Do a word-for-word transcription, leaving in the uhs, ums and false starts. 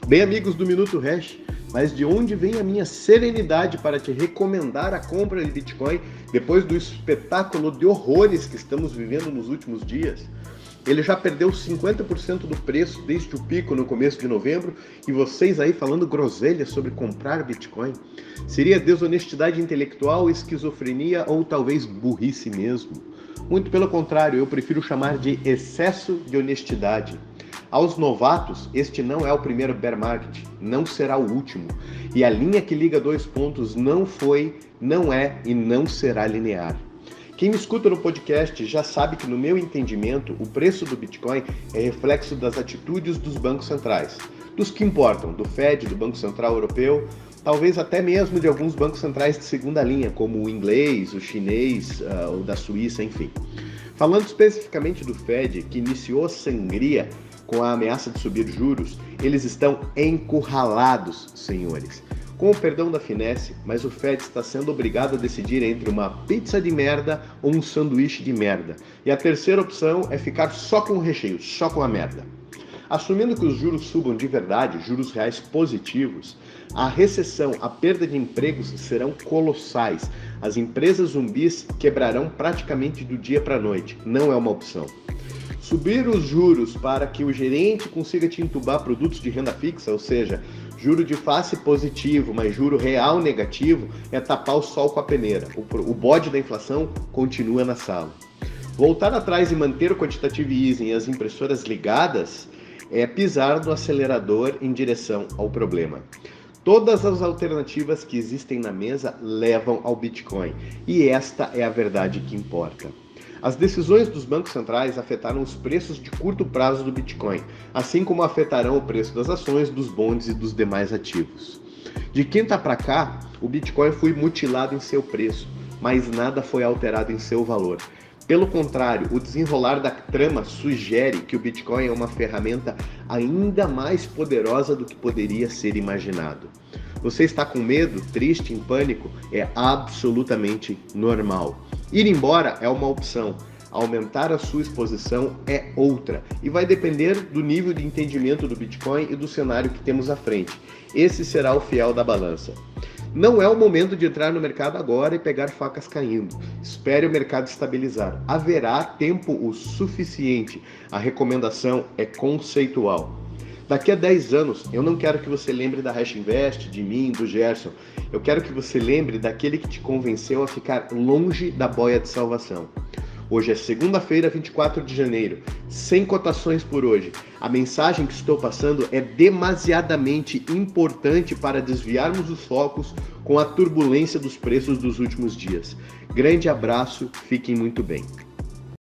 Bem, amigos do Minuto Hash, mas de onde vem a minha serenidade para te recomendar a compra de Bitcoin depois do espetáculo de horrores que estamos vivendo nos últimos dias? Ele já perdeu cinquenta por cento do preço desde o pico no começo de novembro e vocês aí falando groselha sobre comprar Bitcoin? Seria desonestidade intelectual, esquizofrenia ou talvez burrice mesmo? Muito pelo contrário, eu prefiro chamar de excesso de honestidade. Aos novatos, este não é o primeiro bear market, não será o último. E a linha que liga dois pontos não foi, não é e não será linear. Quem me escuta no podcast já sabe que, no meu entendimento, o preço do Bitcoin é reflexo das atitudes dos bancos centrais, dos que importam, do Fed, do Banco Central Europeu, talvez até mesmo de alguns bancos centrais de segunda linha, como o inglês, o chinês, uh, o da Suíça, enfim. Falando especificamente do Fed, que iniciou a sangria com a ameaça de subir juros, eles estão encurralados, senhores. Com o perdão da finesse, mas o Fed está sendo obrigado a decidir entre uma pizza de merda ou um sanduíche de merda. E a terceira opção é ficar só com o recheio, só com a merda. Assumindo que os juros subam de verdade, juros reais positivos, a recessão, a perda de empregos serão colossais. As empresas zumbis quebrarão praticamente do dia para a noite. Não é uma opção. Subir os juros para que o gerente consiga te entubar produtos de renda fixa, ou seja, juro de face positivo, mas juro real negativo, é tapar o sol com a peneira. O bode da inflação continua na sala. Voltar atrás e manter o quantitative easing e as impressoras ligadas é pisar no acelerador em direção ao problema. Todas as alternativas que existem na mesa levam ao Bitcoin, e esta é a verdade que importa. As decisões dos bancos centrais afetaram os preços de curto prazo do Bitcoin, assim como afetarão o preço das ações, dos bondes e dos demais ativos. De quinta para cá, o Bitcoin foi mutilado em seu preço, mas nada foi alterado em seu valor. Pelo contrário, o desenrolar da trama sugere que o Bitcoin é uma ferramenta ainda mais poderosa do que poderia ser imaginado. Você está com medo, triste, em pânico? É absolutamente normal. Ir embora é uma opção, aumentar a sua exposição é outra, e vai depender do nível de entendimento do Bitcoin e do cenário que temos à frente. Esse será o fiel da balança. Não é o momento de entrar no mercado agora e pegar facas caindo. Espere o mercado estabilizar. Haverá tempo o suficiente. A recomendação é conceitual. Daqui a dez anos, eu não quero que você lembre da Hash Invest, de mim, do Gerson. Eu quero que você lembre daquele que te convenceu a ficar longe da boia de salvação. Hoje é segunda-feira, vinte e quatro de janeiro, sem cotações por hoje. A mensagem que estou passando é demasiadamente importante para desviarmos os focos com a turbulência dos preços dos últimos dias. Grande abraço, fiquem muito bem.